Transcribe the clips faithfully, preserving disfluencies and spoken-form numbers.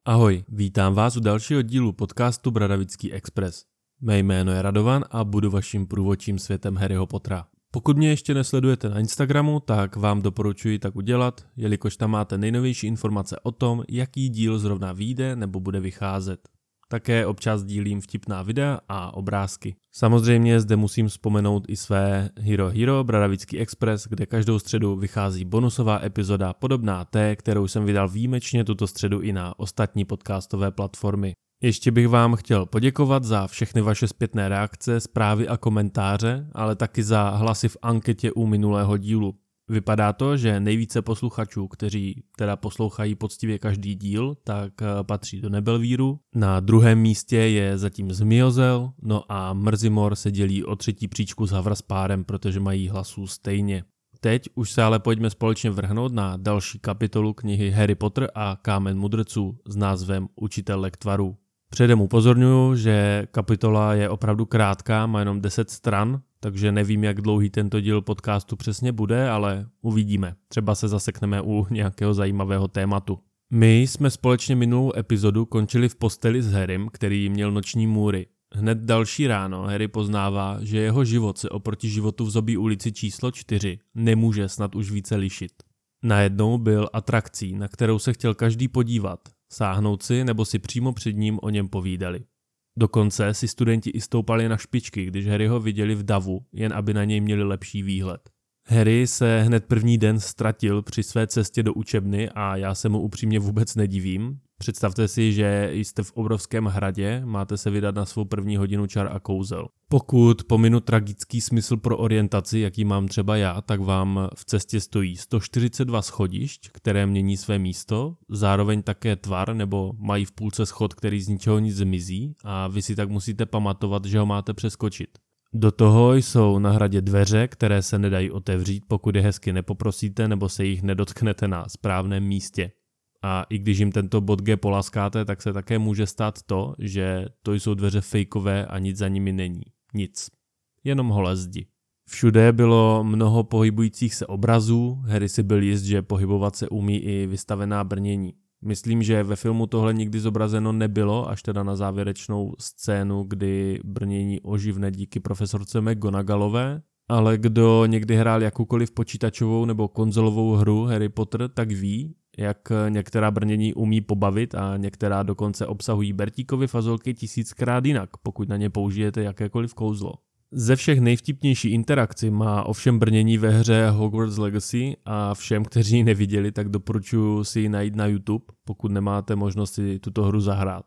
Ahoj, vítám vás u dalšího dílu podcastu Bradavický Express. Mé jméno je Radovan a budu vaším průvodčím světem Harryho Pottera. Pokud mě ještě nesledujete na Instagramu, tak vám doporučuji tak udělat, jelikož tam máte nejnovější informace o tom, jaký díl zrovna vyjde nebo bude vycházet. Také občas dílím vtipná videa a obrázky. Samozřejmě zde musím vzpomenout i své Hero Hero Bradavický Express, kde každou středu vychází bonusová epizoda podobná té, kterou jsem vydal výjimečně tuto středu i na ostatní podcastové platformy. Ještě bych vám chtěl poděkovat za všechny vaše zpětné reakce, zprávy a komentáře, ale taky za hlasy v anketě u minulého dílu. Vypadá to, že nejvíce posluchačů, kteří teda poslouchají poctivě každý díl, tak patří do Nebelvíru. Na druhém místě je zatím Zmiozel, no a Mrzimor se dělí o třetí příčku s Havraspárem, protože mají hlasů stejně. Teď už se ale pojďme společně vrhnout na další kapitolu knihy Harry Potter a Kámen mudrců s názvem Učitel lektvarů. Předem upozorňuji, že kapitola je opravdu krátká, má jenom deset stran, takže nevím, jak dlouhý tento díl podcastu přesně bude, ale uvidíme. Třeba se zasekneme u nějakého zajímavého tématu. My jsme společně minulou epizodu končili v posteli s Harrym, který měl noční můry. Hned další ráno Harry poznává, že jeho život se oproti životu v Zobí ulici číslo čtyři nemůže snad už více lišit. Najednou byl atrakcí, na kterou se chtěl každý podívat, sáhnout si nebo si přímo před ním o něm povídali. Dokonce si studenti i stoupali na špičky, když Harryho viděli v davu, jen aby na něj měli lepší výhled. Harry se hned první den ztratil při své cestě do učebny a já se mu upřímně vůbec nedivím. Představte si, že jste v obrovském hradě, máte se vydat na svou první hodinu čar a kouzel. Pokud pominu tragický smysl pro orientaci, jaký mám třeba já, tak vám v cestě stojí sto čtyřicet dva schodišť, které mění své místo, zároveň také tvar nebo mají v půlce schod, který z ničeho nic zmizí a vy si tak musíte pamatovat, že ho máte přeskočit. Do toho jsou na hradě dveře, které se nedají otevřít, pokud je hezky nepoprosíte nebo se jich nedotknete na správném místě. A i když jim tento bod G polaskáte, tak se také může stát to, že to jsou dveře fejkové a nic za nimi není. Nic. Jenom holé zdi. Všude bylo mnoho pohybujících se obrazů, Harry si byl jist, že pohybovat se umí i vystavená brnění. Myslím, že ve filmu tohle nikdy zobrazeno nebylo, až teda na závěrečnou scénu, kdy brnění oživne díky profesorce McGonagallové, ale kdo někdy hrál jakoukoliv počítačovou nebo konzolovou hru Harry Potter, tak ví, jak některá brnění umí pobavit a některá dokonce obsahují Bertíkovy fazolky tisíckrát jinak, pokud na ně použijete jakékoliv kouzlo. Ze všech nejvtipnější interakci má ovšem brnění ve hře Hogwarts Legacy a všem, kteří ji neviděli, tak doporučuji si ji najít na YouTube, pokud nemáte možnost si tuto hru zahrát.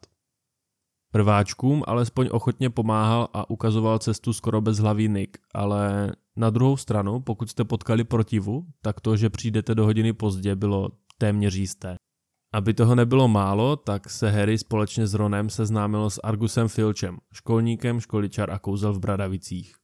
Prváčkům alespoň ochotně pomáhal a ukazoval cestu skoro bez hlavy Nick, ale na druhou stranu, pokud jste potkali protivu, tak to, že přijdete do hodiny pozdě, bylo téměř jisté. Aby toho nebylo málo, tak se Harry společně s Ronem seznámilo s Argusem Filchem, školníkem školy čar a kouzel v Bradavicích.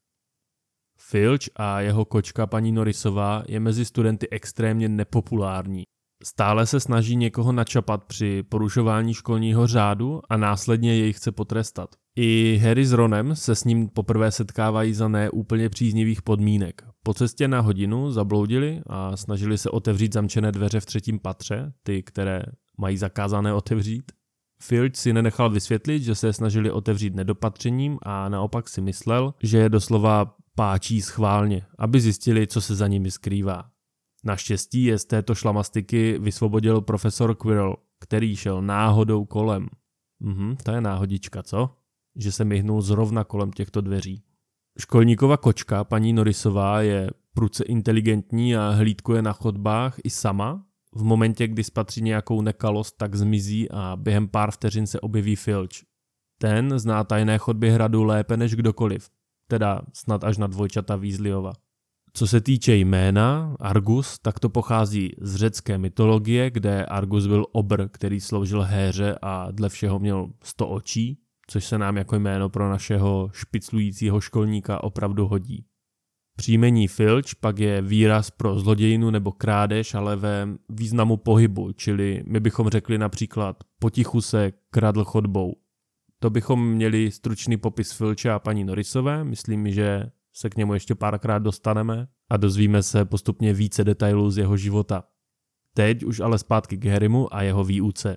Filch a jeho kočka paní Norrisová je mezi studenty extrémně nepopulární. Stále se snaží někoho načapat při porušování školního řádu a následně jej chce potrestat. I Harry s Ronem se s ním poprvé setkávají za neúplně příznivých podmínek. Po cestě na hodinu zabloudili a snažili se otevřít zamčené dveře v třetím patře, ty, které mají zakázané otevřít. Filch si nenechal vysvětlit, že se snažili otevřít nedopatřením a naopak si myslel, že je doslova páčí schválně, aby zjistili, co se za nimi skrývá. Naštěstí je z této šlamastiky vysvobodil profesor Quirrell, který šel náhodou kolem. Mhm, to je náhodička, co? Že se myhnul zrovna kolem těchto dveří. Školníkova kočka, paní Norrisová, je prudce inteligentní a hlídkuje na chodbách i sama. V momentě, kdy spatří nějakou nekalost, tak zmizí a během pár vteřin se objeví Filch. Ten zná tajné chodby hradu lépe než kdokoliv, teda snad až na dvojčata Weasleyova. Co se týče jména Argus, tak to pochází z řecké mytologie, kde Argus byl obr, který sloužil héře a dle všeho měl sto očí, což se nám jako jméno pro našeho špiclujícího školníka opravdu hodí. Příjmení Filch pak je výraz pro zlodějinu nebo krádež, ale ve významu pohybu, čili my bychom řekli například potichu se kradl chodbou. To bychom měli stručný popis Filče a paní Norrisové, myslím, že se k němu ještě párkrát dostaneme a dozvíme se postupně více detailů z jeho života. Teď už ale zpátky k Harrymu a jeho výuce.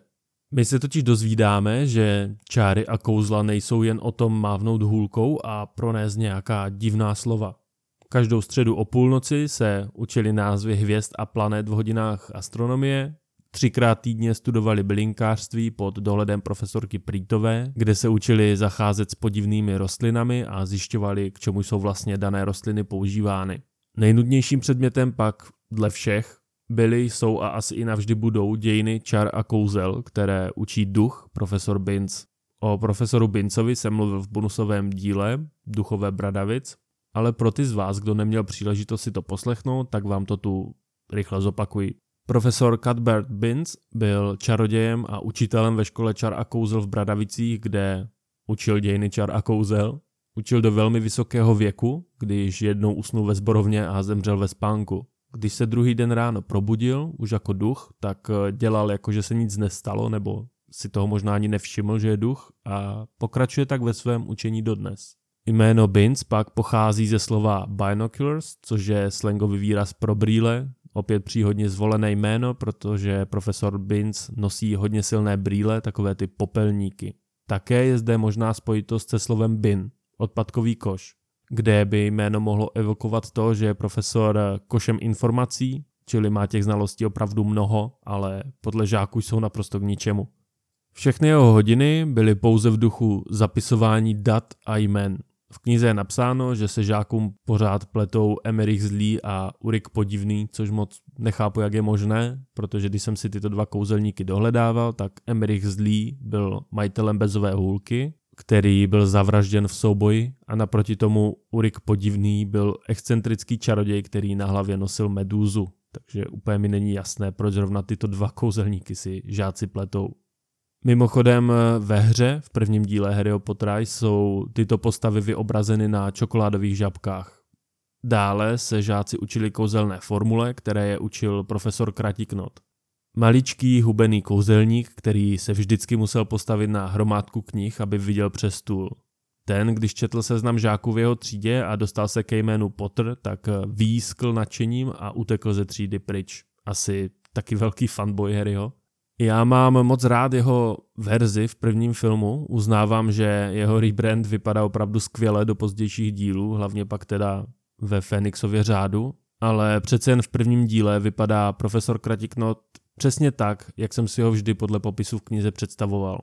My se totiž dozvídáme, že čáry a kouzla nejsou jen o tom mávnout hůlkou a pronést nějaká divná slova. Každou středu o půlnoci se učili názvy hvězd a planet v hodinách astronomie, třikrát týdně studovali bylinkářství pod dohledem profesorky Prítové, kde se učili zacházet s podivnými rostlinami a zjišťovali, k čemu jsou vlastně dané rostliny používány. Nejnudnějším předmětem pak, dle všech, byly, jsou a asi i navždy budou dějiny čar a kouzel, které učí duch, profesor Binz. O profesoru Binzovi jsem mluvil v bonusovém díle Duchové Bradavic, ale pro ty z vás, kdo neměl příležitost si to poslechnout, tak vám to tu rychle zopakuji. Profesor Cuthbert Binz byl čarodějem a učitelem ve škole čar a kouzel v Bradavicích, kde učil dějiny čar a kouzel. Učil do velmi vysokého věku, když jednou usnul ve sborovně a zemřel ve spánku. Když se druhý den ráno probudil, už jako duch, tak dělal jako, že se nic nestalo, nebo si toho možná ani nevšiml, že je duch, a pokračuje tak ve svém učení dodnes. Jméno Binz pak pochází ze slova binoculars, což je slangový výraz pro brýle, opět příhodně zvolené jméno, protože profesor Binz nosí hodně silné brýle, takové ty popelníky. Také je zde možná spojitost se slovem bin, odpadkový koš, kde by jméno mohlo evokovat to, že je profesor košem informací, čili má těch znalostí opravdu mnoho, ale podle žáků jsou naprosto k ničemu. Všechny jeho hodiny byly pouze v duchu zapisování dat a jmen. V knize je napsáno, že se žákům pořád pletou Emerich Zlý a Ulrik Podivný, což moc nechápu, jak je možné, protože když jsem si tyto dva kouzelníky dohledával, tak Emerich Zlý byl majitelem bezové hůlky, který byl zavražděn v souboji, a naproti tomu Ulrik Podivný byl excentrický čaroděj, který na hlavě nosil medúzu. Takže úplně mi není jasné, proč zrovna tyto dva kouzelníky si žáci pletou. Mimochodem ve hře v prvním díle Harryho Pottera jsou tyto postavy vyobrazeny na čokoládových žabkách. Dále se žáci učili kouzelné formule, které je učil profesor Kratiknot. Maličký hubený kouzelník, který se vždycky musel postavit na hromádku knih, aby viděl přes stůl. Ten, když četl seznam žáků v jeho třídě a dostal se ke jménu Potter, tak výskl nadšením a utekl ze třídy pryč. Asi taky velký fanboy Harryho. Já mám moc rád jeho verzi v prvním filmu, uznávám, že jeho rebrand vypadá opravdu skvěle do pozdějších dílů, hlavně pak teda ve Fénixově řádu, ale přece jen v prvním díle vypadá profesor Kratiknot přesně tak, jak jsem si ho vždy podle popisu v knize představoval.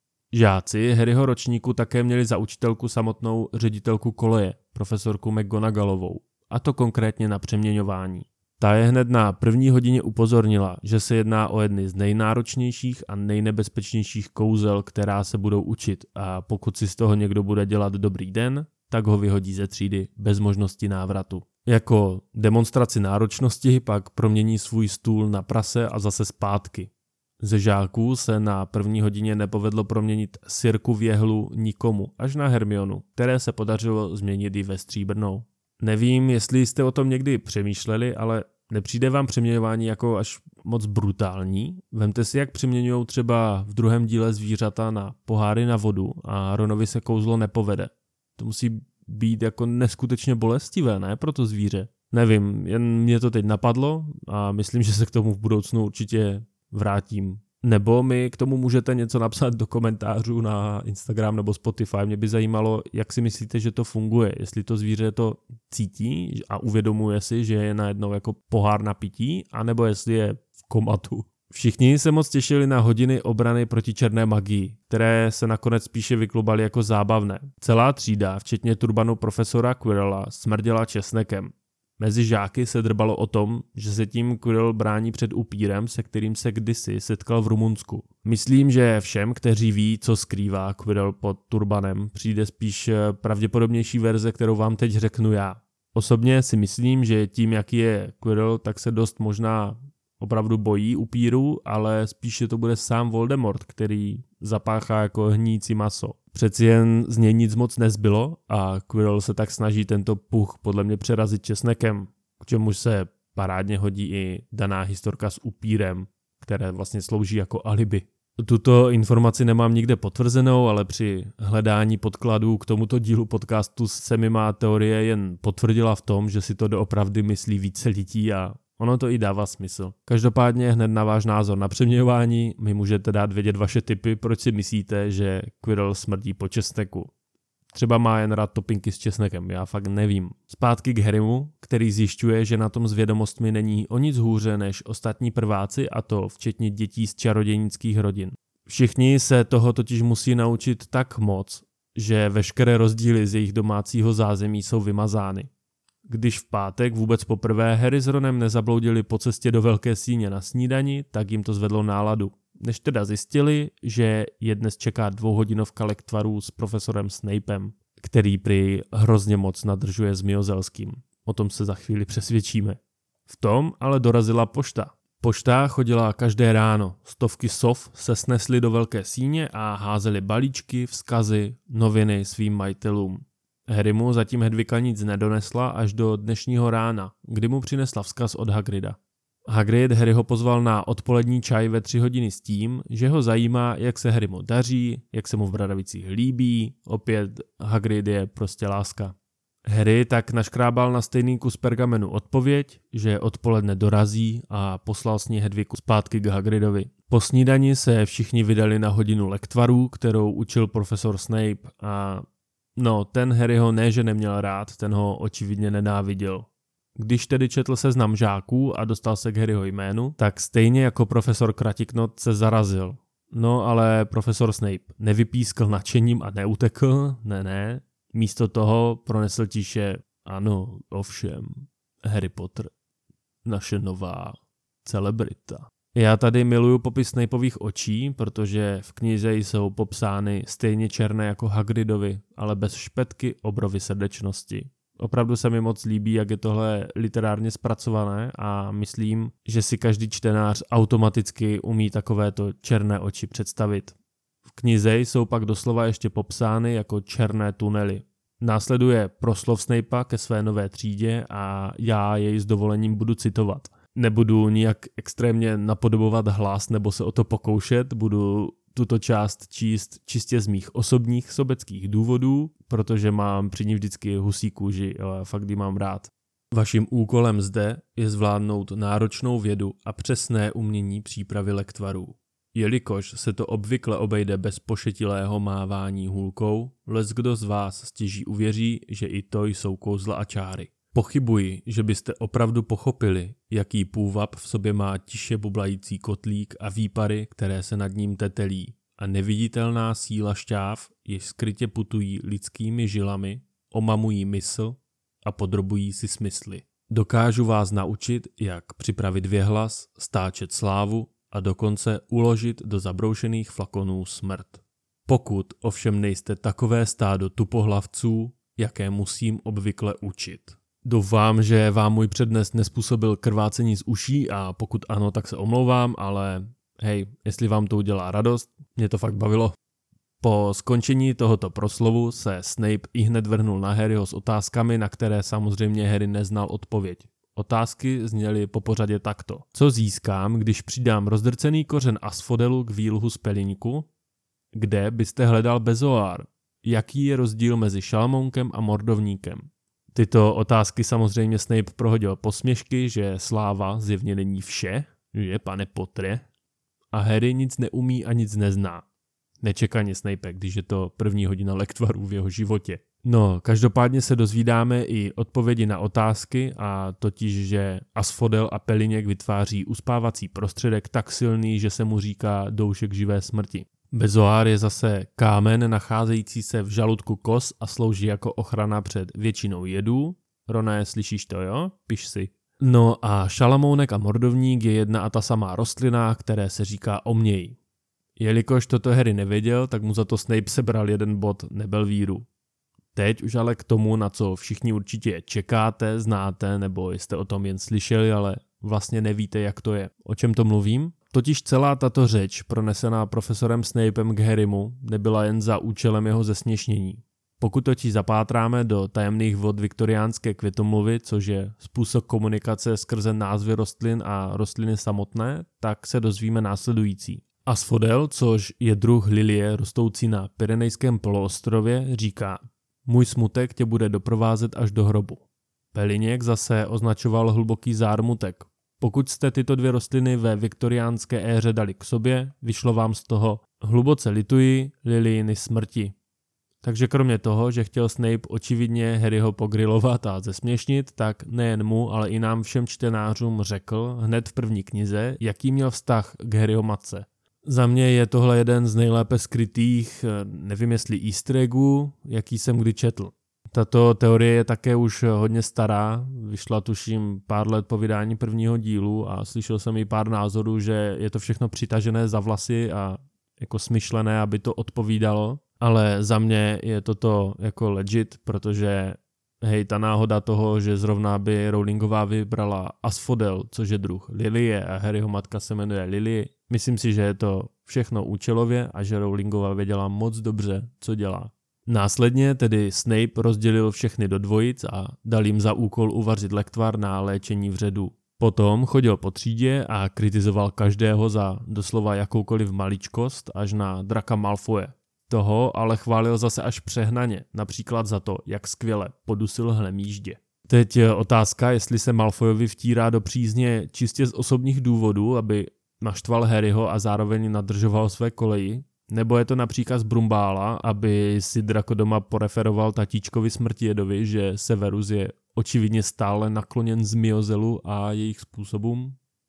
Žáci Harryho ročníku také měli za učitelku samotnou ředitelku koleje, profesorku McGonagallovou, a to konkrétně na přeměňování. Ta je hned na první hodině upozornila, že se jedná o jedny z nejnáročnějších a nejnebezpečnějších kouzel, která se budou učit, a pokud si z toho někdo bude dělat dobrý den, tak ho vyhodí ze třídy bez možnosti návratu. Jako demonstraci náročnosti pak promění svůj stůl na prase a zase zpátky. Ze žáků se na první hodině nepovedlo proměnit sirku v jehlu nikomu, až na Hermionu, které se podařilo změnit ji ve stříbrnou. Nevím, jestli jste o tom někdy přemýšleli, ale nepřijde vám přeměňování jako až moc brutální? Vemte si, jak přeměňují třeba v druhém díle zvířata na poháry na vodu a Ronovi se kouzlo nepovede. To musí být jako neskutečně bolestivé, ne, pro to zvíře? Nevím, jen mě to teď napadlo a myslím, že se k tomu v budoucnu určitě vrátím. Nebo mi k tomu můžete něco napsat do komentářů na Instagram nebo Spotify. Mě by zajímalo, jak si myslíte, že to funguje. Jestli to zvíře to cítí a uvědomuje si, že je najednou jako pohár na pití, anebo jestli je v komatu. Všichni se moc těšili na hodiny obrany proti černé magii, které se nakonec spíše vyklubaly jako zábavné. Celá třída, včetně turbanu profesora Quirrella, smrděla česnekem. Mezi žáky se drbalo o tom, že se tím Quirrell brání před upírem, se kterým se kdysi setkal v Rumunsku. Myslím, že všem, kteří ví, co skrývá Quirrell pod turbanem, přijde spíš pravděpodobnější verze, kterou vám teď řeknu já. Osobně si myslím, že tím, jaký je Quirrell, tak se dost možná opravdu bojí upírů, ale spíše to bude sám Voldemort, který zapáchá jako hníjící maso. Přeci jen z něj nic moc nezbylo a Quirrell se tak snaží tento puch podle mě přerazit česnekem, k čemuž se parádně hodí i daná historka s upírem, které vlastně slouží jako alibi. Tuto informaci nemám nikde potvrzenou, ale při hledání podkladů k tomuto dílu podcastu se mi má teorie jen potvrdila v tom, že si to doopravdy myslí více lidí a Ono to i dává smysl. Každopádně hned na váš názor na přeměňování mi můžete dát vědět vaše tipy, proč si myslíte, že Quirrell smrdí po česneku. Třeba má jen rád topinky s česnekem, já fakt nevím. Zpátky k Harrymu, který zjišťuje, že na tom s vědomostmi není o nic hůře než ostatní prváci, a to včetně dětí z čarodějnických rodin. Všichni se toho totiž musí naučit tak moc, že veškeré rozdíly z jejich domácího zázemí jsou vymazány. Když v pátek vůbec poprvé Harry s Ronem nezabloudili po cestě do Velké síně na snídani, tak jim to zvedlo náladu. Než teda zjistili, že je dnes čeká dvouhodinovka lektvarů s profesorem Snapem, který prý hrozně moc nadržuje s Miozelským. O tom se za chvíli přesvědčíme. V tom ale dorazila pošta. Pošta chodila každé ráno. Stovky sov se snesly do Velké síně a házely balíčky, vzkazy, noviny svým majitelům. Harrymu zatím Hedvika nic nedonesla až do dnešního rána, kdy mu přinesla vzkaz od Hagrida. Hagrid Harryho pozval na odpolední čaj ve tři hodiny s tím, že ho zajímá, jak se Harrymu daří, jak se mu v Bradavicích líbí, opět Hagrid je prostě láska. Harry tak naškrábal na stejný kus pergamenu odpověď, že odpoledne dorazí, a poslal s ní Hedviku zpátky k Hagridovi. Po snídani se všichni vydali na hodinu lektvarů, kterou učil profesor Snape, a no, ten Harryho ne, že neměl rád, ten ho očividně nenáviděl. Když tedy četl seznam žáků a dostal se k Harryho jménu, tak stejně jako profesor Kratiknot se zarazil. No ale profesor Snape nevypískl nadšením a neutekl, ne ne, místo toho pronesl tiše: ano, ovšem, Harry Potter, naše nová celebrita. Já tady miluju popis Snapeových očí, protože v knize jsou popsány stejně černé jako Hagridovi, ale bez špetky obrovy srdečnosti. Opravdu se mi moc líbí, jak je tohle literárně zpracované, a myslím, že si každý čtenář automaticky umí takovéto černé oči představit. V knize jsou pak doslova ještě popsány jako černé tunely. Následuje proslov Snape'a ke své nové třídě a já jej s dovolením budu citovat. Nebudu nijak extrémně napodobovat hlas nebo se o to pokoušet, budu tuto část číst čistě z mých osobních sobeckých důvodů, protože mám při ní vždycky husí kůži, ale fakt ji mám rád. Vaším úkolem zde je zvládnout náročnou vědu a přesné umění přípravy lektvarů. Jelikož se to obvykle obejde bez pošetilého mávání hůlkou, leckdo z vás stěží uvěří, že i to jsou kouzla a čáry. Pochybuji, že byste opravdu pochopili, jaký půvab v sobě má tiše bublající kotlík a výpary, které se nad ním tetelí, a neviditelná síla šťáv, jež skrytě putují lidskými žilami, omamují mysl a podrobují si smysly. Dokážu vás naučit, jak připravit věhlas, stáčet slávu a dokonce uložit do zabroušených flakonů smrt. Pokud ovšem nejste takové stádo tupohlavců, jaké musím obvykle učit. Doufám, že vám můj přednes nezpůsobil krvácení z uší, a pokud ano, tak se omlouvám, ale hej, jestli vám to udělá radost, mě to fakt bavilo. Po skončení tohoto proslovu se Snape ihned vrhnul na Harryho s otázkami, na které samozřejmě Harry neznal odpověď. Otázky zněly po pořadě takto. Co získám, když přidám rozdrcený kořen asfodelu k výluhu z pelíňku? Kde byste hledal bezoár? Jaký je rozdíl mezi šalamounkem a mordovníkem? Tyto otázky samozřejmě Snape prohodil posměšky, že sláva zjevně není vše, že pane Pottere, a Harry nic neumí a nic nezná. Nečekaně Snape, když je to první hodina lektvarů v jeho životě. No, každopádně se dozvídáme i odpovědi na otázky, a totiž, že asfodel a peliněk vytváří uspávací prostředek tak silný, že se mu říká doušek živé smrti. Bezoár je zase kámen nacházející se v žaludku kos a slouží jako ochrana před většinou jedů. Roné, slyšíš to, jo? Piš si. No a šalamounek a mordovník je jedna a ta samá rostlina, které se říká omněj. Jelikož toto Harry nevěděl, tak mu za to Snape sebral jeden bod Nebelvíru. Teď už ale k tomu, na co všichni určitě čekáte, znáte, nebo jste o tom jen slyšeli, ale vlastně nevíte, jak to je. O čem to mluvím? Totiž celá tato řeč, pronesená profesorem Snapem k Harrymu, nebyla jen za účelem jeho zesměšnění. Pokud totiž zapátráme do tajemných vod viktoriánské květomluvy, což je způsob komunikace skrze názvy rostlin a rostliny samotné, tak se dozvíme následující. Asfodel, což je druh lilie rostoucí na Pyrenejském poloostrově, říká: můj smutek tě bude doprovázet až do hrobu. Peliněk zase označoval hluboký zármutek. Pokud jste tyto dvě rostliny ve viktoriánské éře dali k sobě, vyšlo vám z toho hluboce lituji Lilyiny smrti. Takže kromě toho, že chtěl Snape očividně Harryho pogrilovat a zesměšnit, tak nejen mu, ale i nám všem čtenářům řekl hned v první knize, jaký měl vztah k Harryho matce. Za mě je tohle jeden z nejlépe skrytých, nevím jestli easter eggů, jaký jsem kdy četl. Tato teorie je také už hodně stará, vyšla tuším pár let po vydání prvního dílu a slyšel jsem i pár názorů, že je to všechno přitažené za vlasy a jako smyšlené, aby to odpovídalo. Ale za mě je toto jako legit, protože hej, ta náhoda toho, že zrovna by Rowlingová vybrala Asphodel, což je druh lilie a Harryho matka se jmenuje Lily, myslím si, že je to všechno účelově a že Rowlingová věděla moc dobře, co dělá. Následně tedy Snape rozdělil všechny do dvojic a dal jim za úkol uvařit lektvar na léčení vředů. Potom chodil po třídě a kritizoval každého za doslova jakoukoliv maličkost až na Draka Malfoje. Toho ale chválil zase až přehnaně, například za to, jak skvěle podusil hlemýždě. Teď je otázka, jestli se Malfoyovi vtírá do přízně čistě z osobních důvodů, aby naštval Harryho a zároveň nadržoval své koleji, nebo je to na příkaz Brumbála, aby si Draco doma poreferoval tatíčkovi Smrtijedovi, že Severus je očividně stále nakloněn Zmiozelu a jejich způsobům.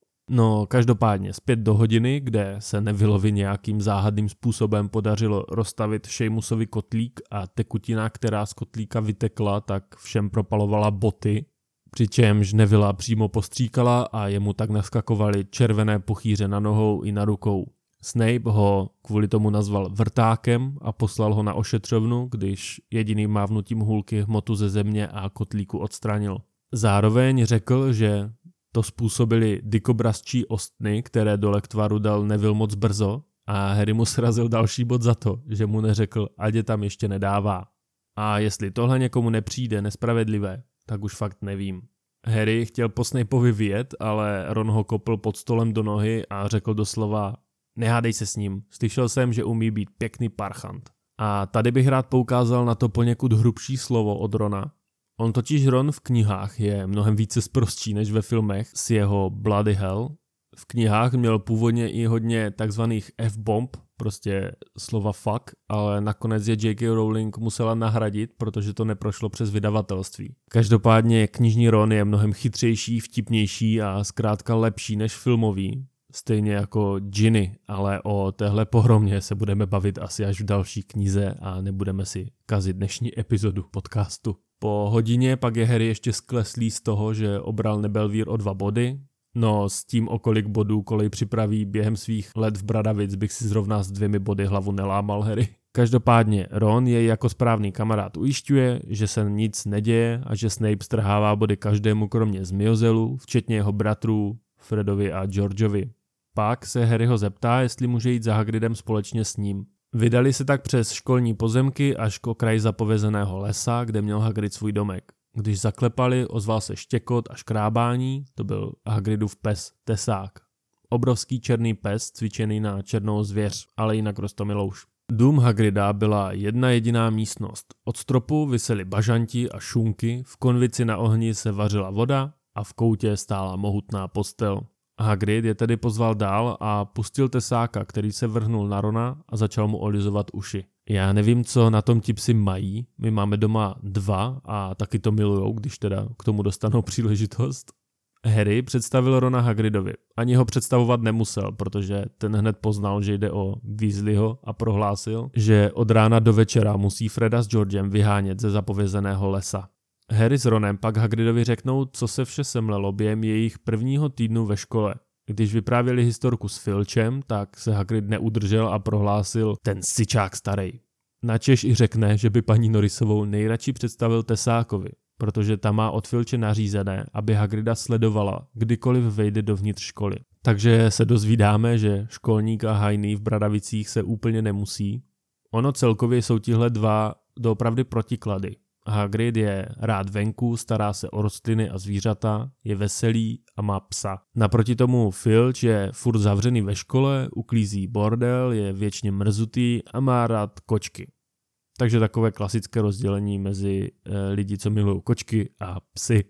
No, každopádně zpět do hodiny, kde se Nevillovi nějakým záhadným způsobem podařilo rozstavit Seamusovi kotlík a tekutina, která z kotlíka vytekla, tak všem propalovala boty, přičemž Nevilla přímo postříkala a jemu tak naskakovaly červené puchýře na nohou i na rukou. Snape ho kvůli tomu nazval vrtákem a poslal ho na ošetřovnu, když jediným mávnutím hůlky hmotu ze země a kotlíku odstranil. Zároveň řekl, že to způsobili dikobrazčí ostny, které do lektvaru dal Neville moc brzo a Harry mu srazil další bod za to, že mu neřekl, ať je tam ještě nedává. A jestli tohle někomu nepřijde nespravedlivé, tak už fakt nevím. Harry chtěl po Snapeovi vyjet, ale Ron ho kopl pod stolem do nohy a řekl doslova: nehádej se s ním, slyšel jsem, že umí být pěkný parchant. A tady bych rád poukázal na to poněkud hrubší slovo od Rona. On totiž Ron v knihách je mnohem více sprostší než ve filmech s jeho Bloody Hell. V knihách měl původně i hodně takzvaných F-bomb, prostě slova fuck, ale nakonec je J K. Rowling musela nahradit, protože to neprošlo přes vydavatelství. Každopádně knižní Ron je mnohem chytřejší, vtipnější a zkrátka lepší než filmový. Stejně jako Ginny, ale o téhle pohromě se budeme bavit asi až v další knize a nebudeme si kazit dnešní epizodu podcastu. Po hodině pak je Harry ještě skleslý z toho, že obral Nebelvír o dva body. No s tím, o kolik bodů kolej připraví během svých let v Bradavic, bych si zrovna s dvěmi body hlavu nelámal, Harry. Každopádně Ron jej jako správný kamarád ujišťuje, že se nic neděje a že Snape strhává body každému kromě Zmiozelu, včetně jeho bratrů Fredovi a Georgeovi. Pak se Harryho zeptá, jestli může jít za Hagridem společně s ním. Vydali se tak přes školní pozemky až k okraji zapovězeného lesa, kde měl Hagrid svůj domek. Když zaklepali, ozval se štěkot a škrábání, to byl Hagridův pes Tesák. Obrovský černý pes, cvičený na černou zvěř, ale jinak roztomilouš. Dům Hagrida byla jedna jediná místnost. Od stropu visely bažanti a šunky, v konvici na ohni se vařila voda a v koutě stála mohutná postel. Hagrid je tedy pozval dál a pustil Tesáka, který se vrhnul na Rona a začal mu olizovat uši. Já nevím, co na tom ti psi mají, my máme doma dva a taky to milujou, když teda k tomu dostanou příležitost. Harry představil Rona Hagridovi. Ani ho představovat nemusel, protože ten hned poznal, že jde o Weasleyho a prohlásil, že od rána do večera musí Freda s Georgem vyhánět ze zapovězeného lesa. Harry s Ronem pak Hagridovi řeknou, co se vše semlelo během jejich prvního týdnu ve škole. Když vyprávěli historku s Filčem, tak se Hagrid neudržel a prohlásil ten syčák starej. Načež i řekne, že by paní Norrisovou nejradši představil Tesákovi, protože ta má od Filče nařízené, aby Hagrida sledovala, kdykoliv vejde dovnitř školy. Takže se dozvídáme, že školník a hajný v Bradavicích se úplně nemusí. Ono celkově jsou tihle dva doopravdy protiklady. Hagrid je rád venku, stará se o rostliny a zvířata, je veselý a má psa. Naproti tomu Filč je furt zavřený ve škole, uklízí bordel, je věčně mrzutý a má rád kočky. Takže takové klasické rozdělení mezi e, lidi, co milují kočky a psy.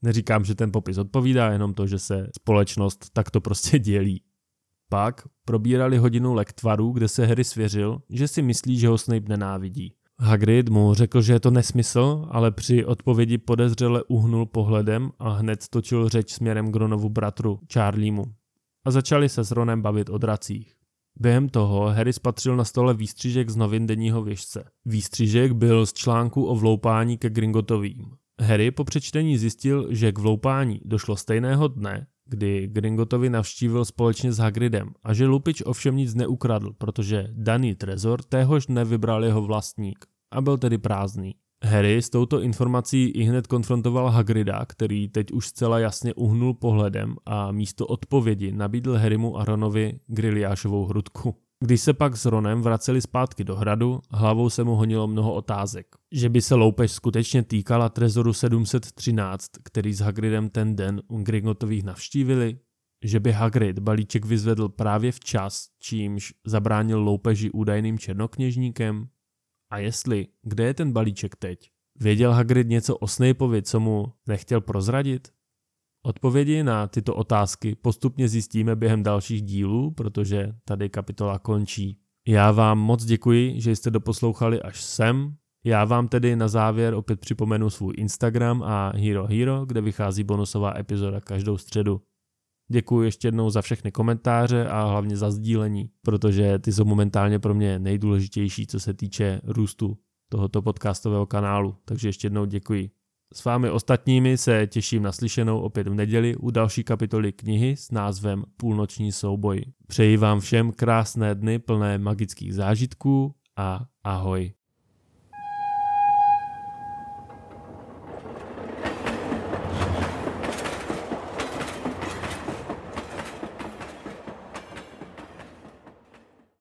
Neříkám, že ten popis odpovídá, jenom to, že se společnost takto prostě dělí. Pak probírali hodinu lektvarů, kde se Harry svěřil, že si myslí, že ho Snape nenávidí. Hagrid mu řekl, že je to nesmysl, ale při odpovědi podezřele uhnul pohledem a hned točil řeč směrem k Ronovu bratru Charliemu. A začali se s Ronem bavit o dracích. Během toho Harry spatřil na stole výstřižek z novin denního věžce. Výstřižek byl z článku o vloupání ke Gringottovým. Harry po přečtení zjistil, že k vloupání došlo stejného dne, kdy Gringottovi navštívil společně s Hagridem a že lupič ovšem nic neukradl, protože daný trezor téhož dne vybral jeho vlastník a byl tedy prázdný. Harry s touto informací ihned konfrontoval Hagrida, který teď už zcela jasně uhnul pohledem a místo odpovědi nabídl Harrymu a Ronovi Grilliášovou hrudku. Když se pak s Ronem vraceli zpátky do hradu, hlavou se mu honilo mnoho otázek. Že by se loupež skutečně týkala trezoru sedm set třináct, který s Hagridem ten den u Gringottových navštívili? Že by Hagrid balíček vyzvedl právě včas, čímž zabránil loupeži údajným černokněžníkem? A jestli, kde je ten balíček teď? Věděl Hagrid něco o Snapeovi, co mu nechtěl prozradit? Odpovědi na tyto otázky postupně zjistíme během dalších dílů, protože tady kapitola končí. Já vám moc děkuji, že jste doposlouchali až sem. Já vám tedy na závěr opět připomenu svůj Instagram a Hero Hero, kde vychází bonusová epizoda každou středu. Děkuji ještě jednou za všechny komentáře a hlavně za sdílení, protože ty jsou momentálně pro mě nejdůležitější, co se týče růstu tohoto podcastového kanálu. Takže ještě jednou děkuji. S vámi ostatními se těším na slyšenou opět v neděli u další kapitoly knihy s názvem Půlnoční souboj. Přeji vám všem krásné dny plné magických zážitků a ahoj.